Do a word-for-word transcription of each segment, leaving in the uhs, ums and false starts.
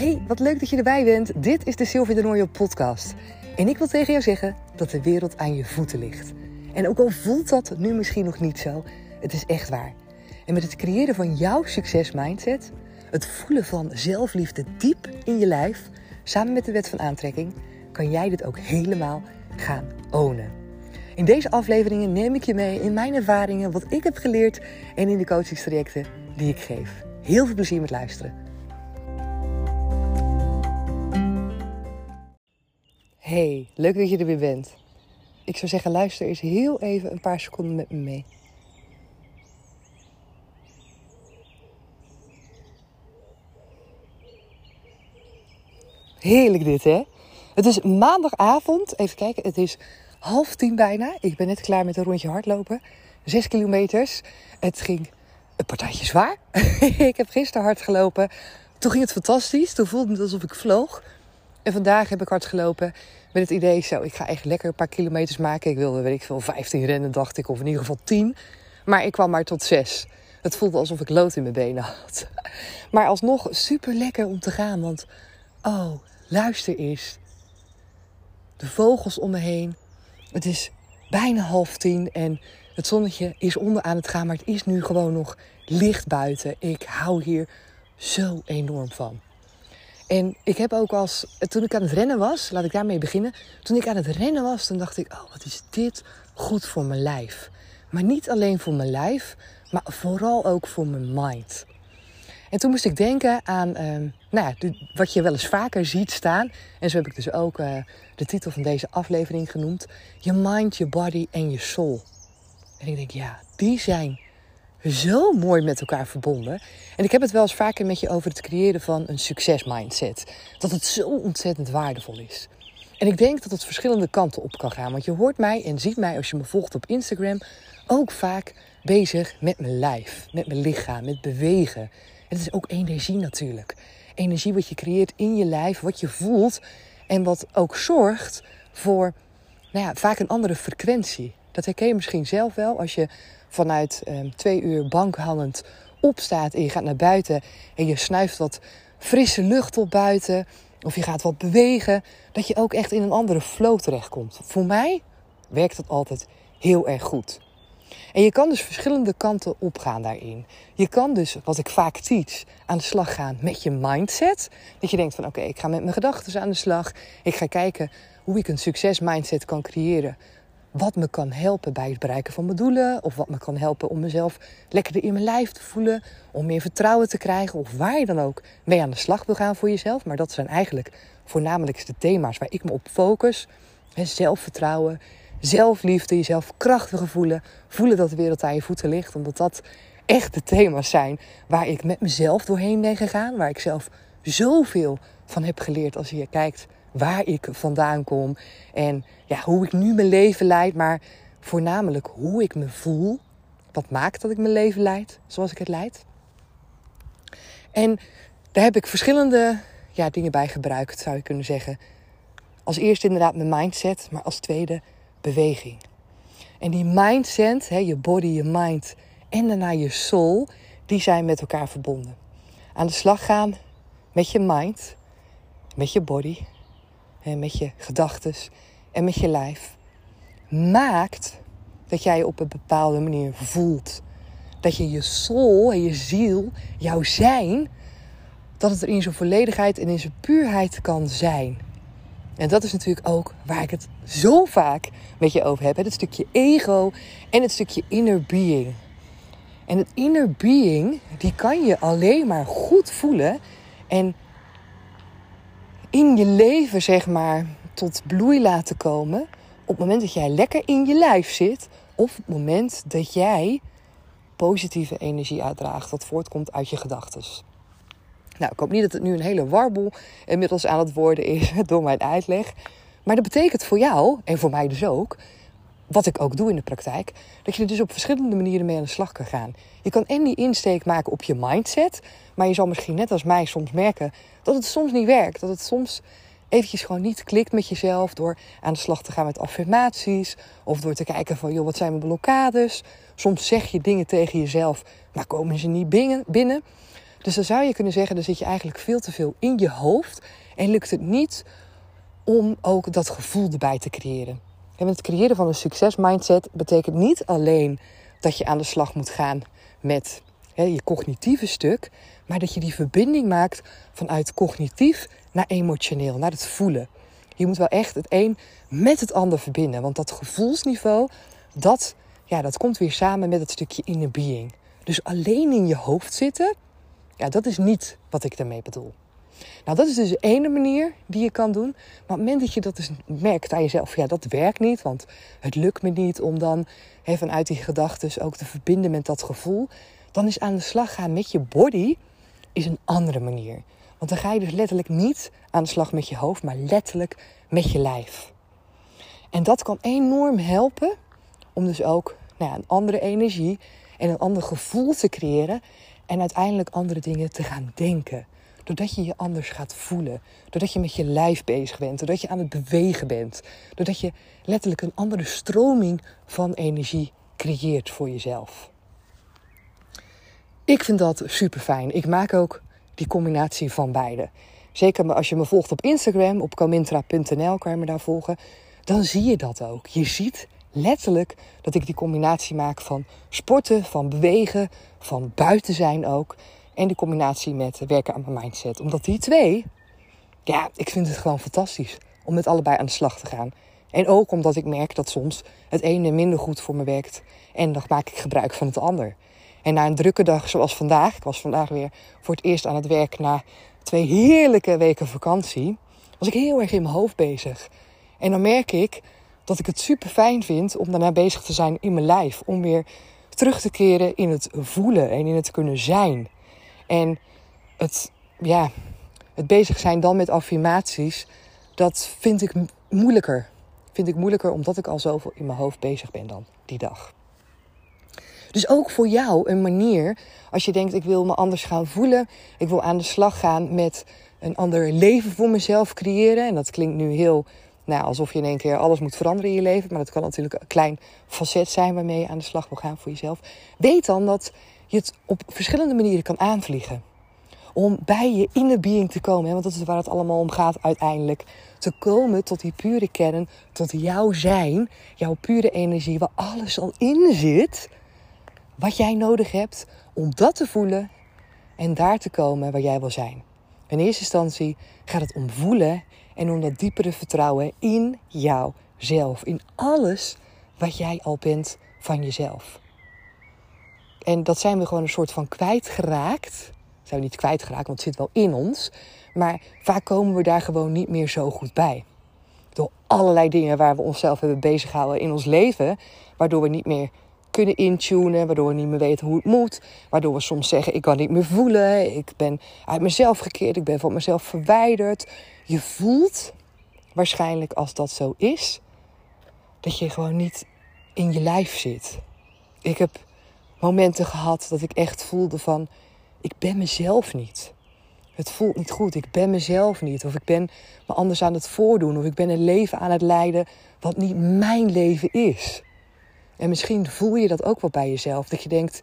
Hey, wat leuk dat je erbij bent. Dit is de Sylvie de Nooijen podcast. En ik wil tegen jou zeggen dat de wereld aan je voeten ligt. En ook al voelt dat nu misschien nog niet zo, het is echt waar. En met het creëren van jouw succesmindset, het voelen van zelfliefde diep in je lijf, samen met de wet van aantrekking, kan jij dit ook helemaal gaan ownen. In deze afleveringen neem ik je mee in mijn ervaringen, wat ik heb geleerd en in de coachingstrajecten die ik geef. Heel veel plezier met luisteren. Hey, leuk dat je er weer bent. Ik zou zeggen, luister eens heel even een paar seconden met me mee. Heerlijk dit, hè? Het is maandagavond. Even kijken, het is half tien bijna. Ik ben net klaar met een rondje hardlopen. Zes kilometers. Het ging een partijtje zwaar. Ik heb gisteren hard gelopen. Toen ging het fantastisch. Toen voelde het alsof ik vloog. En vandaag heb ik hard gelopen met het idee, zo, ik ga echt lekker een paar kilometers maken. Ik wilde, weet ik veel, vijftien rennen, dacht ik, of in ieder geval tien. Maar ik kwam maar tot zes. Het voelde alsof ik lood in mijn benen had. Maar alsnog super lekker om te gaan, want, oh, luister eens. De vogels om me heen. Het is bijna half tien en het zonnetje is onder aan het gaan, maar het is nu gewoon nog licht buiten. Ik hou hier zo enorm van. En ik heb ook als, toen ik aan het rennen was, laat ik daarmee beginnen. Toen ik aan het rennen was, toen dacht ik, oh, wat is dit goed voor mijn lijf. Maar niet alleen voor mijn lijf, maar vooral ook voor mijn mind. En toen moest ik denken aan, uh, nou ja, de, wat je wel eens vaker ziet staan. En zo heb ik dus ook uh, de titel van deze aflevering genoemd. Je mind, je body en je soul. En ik denk, ja, die zijn zo mooi met elkaar verbonden. En ik heb het wel eens vaker met je over het creëren van een succesmindset. Dat het zo ontzettend waardevol is. En ik denk dat het verschillende kanten op kan gaan. Want je hoort mij en ziet mij als je me volgt op Instagram ook vaak bezig met mijn lijf, met mijn lichaam, met bewegen. En het is ook energie natuurlijk. Energie wat je creëert in je lijf, wat je voelt en wat ook zorgt voor, nou ja, vaak een andere frequentie. Dat herken je misschien zelf wel als je vanuit um, twee uur bankhangend opstaat en je gaat naar buiten en je snuift wat frisse lucht op buiten of je gaat wat bewegen, dat je ook echt in een andere flow terechtkomt. Voor mij werkt dat altijd heel erg goed. En je kan dus verschillende kanten opgaan daarin. Je kan dus, wat ik vaak teach, aan de slag gaan met je mindset. Dat je denkt van oké, okay, ik ga met mijn gedachten aan de slag. Ik ga kijken hoe ik een succesmindset kan creëren. Wat me kan helpen bij het bereiken van mijn doelen. Of wat me kan helpen om mezelf lekkerder in mijn lijf te voelen. Om meer vertrouwen te krijgen. Of waar je dan ook mee aan de slag wil gaan voor jezelf. Maar dat zijn eigenlijk voornamelijk de thema's waar ik me op focus. He, zelfvertrouwen, zelfliefde, jezelf krachtiger voelen. Voelen dat de wereld aan je voeten ligt. Omdat dat echt de thema's zijn waar ik met mezelf doorheen ben gegaan. Waar ik zelf zoveel van heb geleerd als je kijkt waar ik vandaan kom en ja, hoe ik nu mijn leven leid, maar voornamelijk hoe ik me voel. Wat maakt dat ik mijn leven leid zoals ik het leid? En daar heb ik verschillende ja, dingen bij gebruikt, zou je kunnen zeggen. Als eerste inderdaad mijn mindset, maar als tweede beweging. En die mindset, hè, je body, je mind en daarna je soul, die zijn met elkaar verbonden. Aan de slag gaan met je mind, met je body, met je gedachten en met je lijf, maakt dat jij je op een bepaalde manier voelt. Dat je je soul en je ziel, jouw zijn, dat het er in zijn volledigheid en in zijn puurheid kan zijn. En dat is natuurlijk ook waar ik het zo vaak met je over heb. Het stukje ego en het stukje inner being. En het inner being, die kan je alleen maar goed voelen en in je leven, zeg maar, tot bloei laten komen op het moment dat jij lekker in je lijf zit of op het moment dat jij positieve energie uitdraagt wat voortkomt uit je gedachten. Nou, ik hoop niet dat het nu een hele warboel inmiddels aan het worden is door mijn uitleg. Maar dat betekent voor jou, en voor mij dus ook, wat ik ook doe in de praktijk, dat je er dus op verschillende manieren mee aan de slag kan gaan. Je kan en die insteek maken op je mindset, maar je zal misschien net als mij soms merken dat het soms niet werkt. Dat het soms eventjes gewoon niet klikt met jezelf door aan de slag te gaan met affirmaties of door te kijken van, joh, wat zijn mijn blokkades? Soms zeg je dingen tegen jezelf, maar komen ze niet binnen. Dus dan zou je kunnen zeggen, dan zit je eigenlijk veel te veel in je hoofd en lukt het niet om ook dat gevoel erbij te creëren. En het creëren van een succesmindset betekent niet alleen dat je aan de slag moet gaan met hè, je cognitieve stuk, maar dat je die verbinding maakt vanuit cognitief naar emotioneel, naar het voelen. Je moet wel echt het een met het ander verbinden, want dat gevoelsniveau, dat, ja, dat komt weer samen met het stukje inner being. Dus alleen in je hoofd zitten, ja, dat is niet wat ik daarmee bedoel. Nou, dat is dus de ene manier die je kan doen. Maar op het moment dat je dat dus merkt aan jezelf, ja, dat werkt niet, want het lukt me niet om dan hè, vanuit die gedachten ook te verbinden met dat gevoel, dan is aan de slag gaan met je body is een andere manier. Want dan ga je dus letterlijk niet aan de slag met je hoofd, maar letterlijk met je lijf. En dat kan enorm helpen om dus ook nou ja, een andere energie en een ander gevoel te creëren en uiteindelijk andere dingen te gaan denken. Doordat je je anders gaat voelen. Doordat je met je lijf bezig bent. Doordat je aan het bewegen bent. Doordat je letterlijk een andere stroming van energie creëert voor jezelf. Ik vind dat super fijn. Ik maak ook die combinatie van beide. Zeker als je me volgt op Instagram, op comintra punt n l kan je me daar volgen. Dan zie je dat ook. Je ziet letterlijk dat ik die combinatie maak van sporten, van bewegen, van buiten zijn ook. En die combinatie met werken aan mijn mindset. Omdat die twee, ja, ik vind het gewoon fantastisch om met allebei aan de slag te gaan. En ook omdat ik merk dat soms het ene minder goed voor me werkt. En dan maak ik gebruik van het ander. En na een drukke dag zoals vandaag, ik was vandaag weer voor het eerst aan het werk na twee heerlijke weken vakantie, was ik heel erg in mijn hoofd bezig. En dan merk ik dat ik het super fijn vind om daarna bezig te zijn in mijn lijf. Om weer terug te keren in het voelen en in het kunnen zijn. En het, ja, het bezig zijn dan met affirmaties, dat vind ik moeilijker. Vind ik moeilijker omdat ik al zoveel in mijn hoofd bezig ben dan die dag. Dus ook voor jou een manier, als je denkt ik wil me anders gaan voelen. Ik wil aan de slag gaan met een ander leven voor mezelf creëren. En dat klinkt nu heel, nou, alsof je in één keer alles moet veranderen in je leven. Maar dat kan natuurlijk een klein facet zijn waarmee je aan de slag wil gaan voor jezelf. Weet dan dat je het op verschillende manieren kan aanvliegen. Om bij je inner being te komen. Hè? Want dat is waar het allemaal om gaat uiteindelijk. Te komen tot die pure kern. Tot jouw zijn. Jouw pure energie. Waar alles al in zit. Wat jij nodig hebt om dat te voelen. En daar te komen waar jij wil zijn. In eerste instantie gaat het om voelen. En om dat diepere vertrouwen in jouzelf. In alles wat jij al bent van jezelf. En dat zijn we gewoon een soort van kwijtgeraakt. Zijn we niet kwijtgeraakt, want het zit wel in ons. Maar vaak komen we daar gewoon niet meer zo goed bij. Door allerlei dingen waar we onszelf hebben bezighouden in ons leven. Waardoor we niet meer kunnen intunen. Waardoor we niet meer weten hoe het moet. Waardoor we soms zeggen, ik kan niet meer voelen. Ik ben uit mezelf gekeerd. Ik ben van mezelf verwijderd. Je voelt waarschijnlijk als dat zo is. Dat je gewoon niet in je lijf zit. Ik heb momenten gehad dat ik echt voelde van, ik ben mezelf niet. Het voelt niet goed, ik ben mezelf niet. Of ik ben me anders aan het voordoen. Of ik ben een leven aan het leiden wat niet mijn leven is. En misschien voel je dat ook wel bij jezelf. Dat je denkt,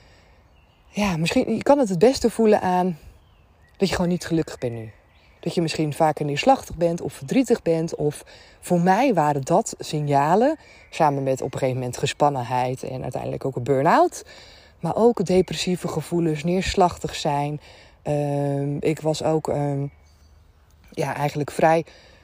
ja, misschien, je kan het het beste voelen aan dat je gewoon niet gelukkig bent nu. Dat je misschien vaker neerslachtig bent of verdrietig bent. Of voor mij waren dat signalen. Samen met op een gegeven moment gespannenheid en uiteindelijk ook een burn-out. Maar ook depressieve gevoelens, neerslachtig zijn. Um, ik was ook um, ja, eigenlijk vrij,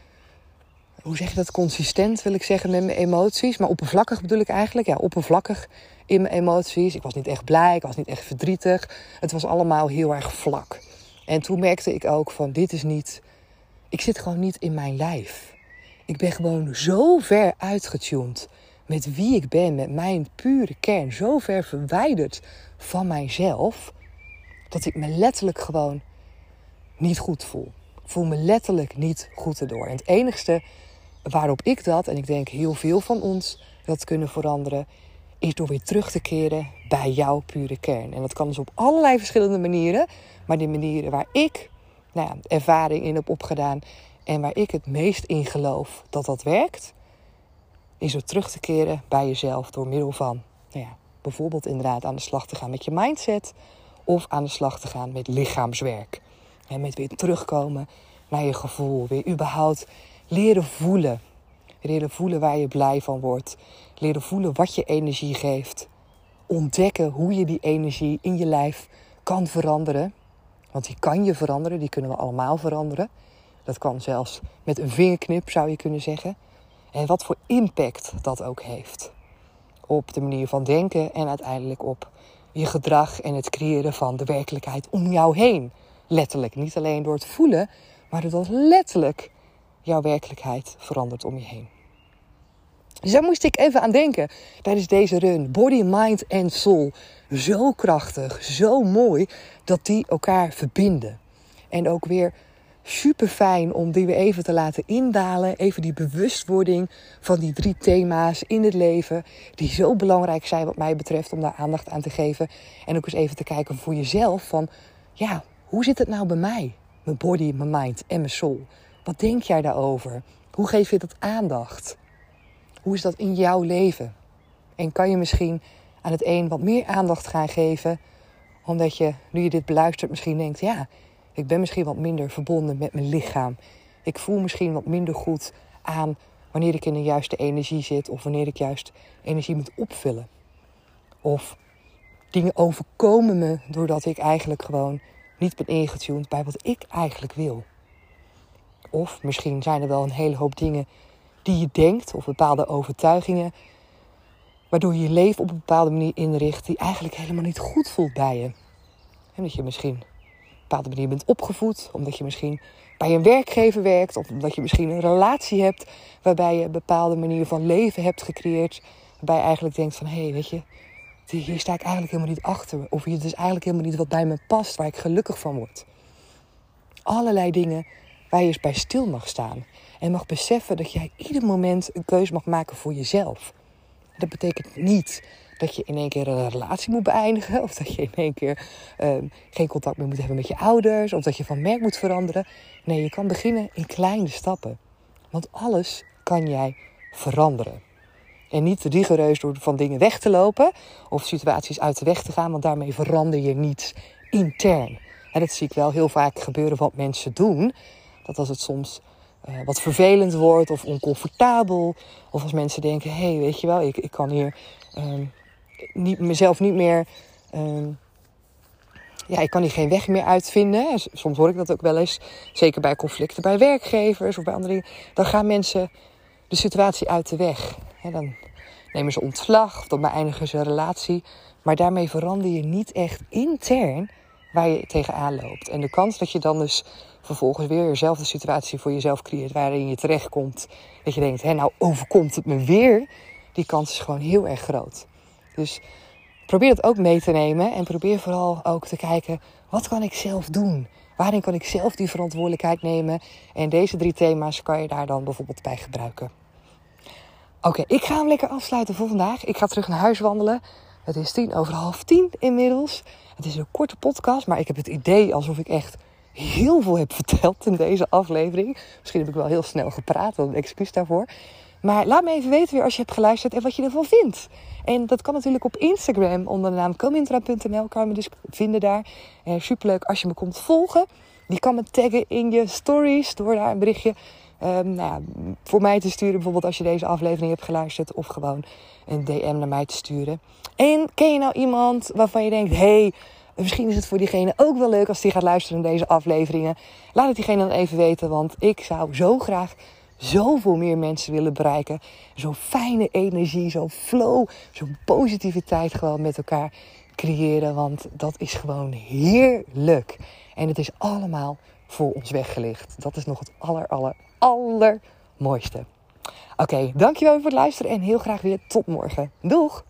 hoe zeg je dat, consistent wil ik zeggen met mijn emoties. Maar oppervlakkig bedoel ik eigenlijk. Ja, oppervlakkig in mijn emoties. Ik was niet echt blij, ik was niet echt verdrietig. Het was allemaal heel erg vlak. En toen merkte ik ook van, dit is niet, ik zit gewoon niet in mijn lijf. Ik ben gewoon zo ver uitgetuned met wie ik ben, met mijn pure kern. Zo ver verwijderd van mijzelf, dat ik me letterlijk gewoon niet goed voel. Ik voel me letterlijk niet goed erdoor. En het enigste waarop ik dat, en ik denk heel veel van ons dat kunnen veranderen, is door weer terug te keren bij jouw pure kern. En dat kan dus op allerlei verschillende manieren. Maar de manieren waar ik nou ja, ervaring in heb opgedaan en waar ik het meest in geloof dat dat werkt, is door terug te keren bij jezelf door middel van, nou ja, bijvoorbeeld inderdaad aan de slag te gaan met je mindset. Of aan de slag te gaan met lichaamswerk. En met weer terugkomen naar je gevoel. Weer überhaupt leren voelen. Leren voelen waar je blij van wordt. Leren voelen wat je energie geeft. Ontdekken hoe je die energie in je lijf kan veranderen. Want die kan je veranderen, die kunnen we allemaal veranderen. Dat kan zelfs met een vingerknip, zou je kunnen zeggen. En wat voor impact dat ook heeft. Op de manier van denken en uiteindelijk op je gedrag en het creëren van de werkelijkheid om jou heen. Letterlijk, niet alleen door het voelen, maar doordat letterlijk jouw werkelijkheid verandert om je heen. Dus daar moest ik even aan denken tijdens deze run. Body, mind en soul. Zo krachtig, zo mooi dat die elkaar verbinden. En ook weer super fijn om die weer even te laten indalen. Even die bewustwording van die drie thema's in het leven. Die zo belangrijk zijn wat mij betreft om daar aandacht aan te geven. En ook eens even te kijken voor jezelf van, ja, hoe zit het nou bij mij? Mijn body, mijn mind en mijn soul. Wat denk jij daarover? Hoe geef je dat aandacht? Hoe is dat in jouw leven? En kan je misschien aan het een wat meer aandacht gaan geven, omdat je, nu je dit beluistert, misschien denkt, ja, ik ben misschien wat minder verbonden met mijn lichaam. Ik voel misschien wat minder goed aan wanneer ik in de juiste energie zit of wanneer ik juist energie moet opvullen. Of dingen overkomen me doordat ik eigenlijk gewoon niet ben ingetuned bij wat ik eigenlijk wil. Of misschien zijn er wel een hele hoop dingen die je denkt of bepaalde overtuigingen, waardoor je je leven op een bepaalde manier inricht die eigenlijk helemaal niet goed voelt bij je. En dat je misschien op een bepaalde manier bent opgevoed, omdat je misschien bij een werkgever werkt, of omdat je misschien een relatie hebt waarbij je een bepaalde manier van leven hebt gecreëerd, waarbij je eigenlijk denkt van, hé, hey, weet je, hier sta ik eigenlijk helemaal niet achter. Of hier is eigenlijk helemaal niet wat bij me past, waar ik gelukkig van word. Allerlei dingen waar je eens bij stil mag staan. En mag beseffen dat jij ieder moment een keuze mag maken voor jezelf. Dat betekent niet dat je in één keer een relatie moet beëindigen. Of dat je in één keer um, geen contact meer moet hebben met je ouders. Of dat je van merk moet veranderen. Nee, je kan beginnen in kleine stappen. Want alles kan jij veranderen. En niet rigoureus door van dingen weg te lopen. Of situaties uit de weg te gaan. Want daarmee verander je niets intern. En dat zie ik wel heel vaak gebeuren wat mensen doen. Dat als het soms uh, wat vervelend wordt of oncomfortabel. Of als mensen denken, hé, hey, weet je wel, ik, ik kan hier um, niet, mezelf niet meer... Um, ja, ik kan hier geen weg meer uitvinden. Soms hoor ik dat ook wel eens. Zeker bij conflicten bij werkgevers of bij andere dingen. Dan gaan mensen de situatie uit de weg. He, dan nemen ze ontslag of dan beëindigen ze een relatie. Maar daarmee verander je niet echt intern waar je tegenaan loopt. En de kans dat je dan dus vervolgens weer dezelfde situatie voor jezelf creëert waarin je terechtkomt. Dat je denkt, hé, nou overkomt het me weer. Die kans is gewoon heel erg groot. Dus probeer dat ook mee te nemen. En probeer vooral ook te kijken, wat kan ik zelf doen? Waarin kan ik zelf die verantwoordelijkheid nemen? En deze drie thema's kan je daar dan bijvoorbeeld bij gebruiken. Oké, okay, ik ga hem lekker afsluiten voor vandaag. Ik ga terug naar huis wandelen. Het is tien over half tien inmiddels. Het is een korte podcast, maar ik heb het idee alsof ik echt heel veel heb verteld in deze aflevering. Misschien heb ik wel heel snel gepraat, dan een excuus daarvoor. Maar laat me even weten weer als je hebt geluisterd en wat je ervan vindt. En dat kan natuurlijk op Instagram onder de naam comintra punt n l. Kan je me dus vinden daar. En superleuk als je me komt volgen. Je kan me taggen in je stories door daar een berichtje um, nou ja, voor mij te sturen. Bijvoorbeeld als je deze aflevering hebt geluisterd. Of gewoon een D M naar mij te sturen. En ken je nou iemand waarvan je denkt, hé, hey, misschien is het voor diegene ook wel leuk als die gaat luisteren naar deze afleveringen. Laat het diegene dan even weten, want ik zou zo graag zoveel meer mensen willen bereiken. Zo'n fijne energie, zo'n flow, zo'n positiviteit gewoon met elkaar creëren. Want dat is gewoon heerlijk. En het is allemaal voor ons weggelegd. Dat is nog het aller, aller, allermooiste. Oké, okay, dankjewel voor het luisteren en heel graag weer tot morgen. Doeg!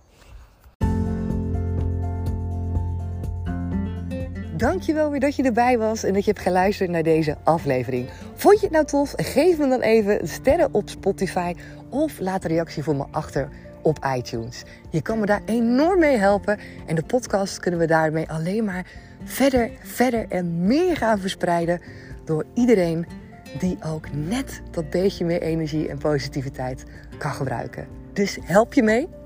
Dankjewel weer dat je erbij was en dat je hebt geluisterd naar deze aflevering. Vond je het nou tof? Geef me dan even sterren op Spotify of laat een reactie voor me achter op iTunes. Je kan me daar enorm mee helpen en de podcast kunnen we daarmee alleen maar verder, verder en meer gaan verspreiden door iedereen die ook net dat beetje meer energie en positiviteit kan gebruiken. Dus help je mee?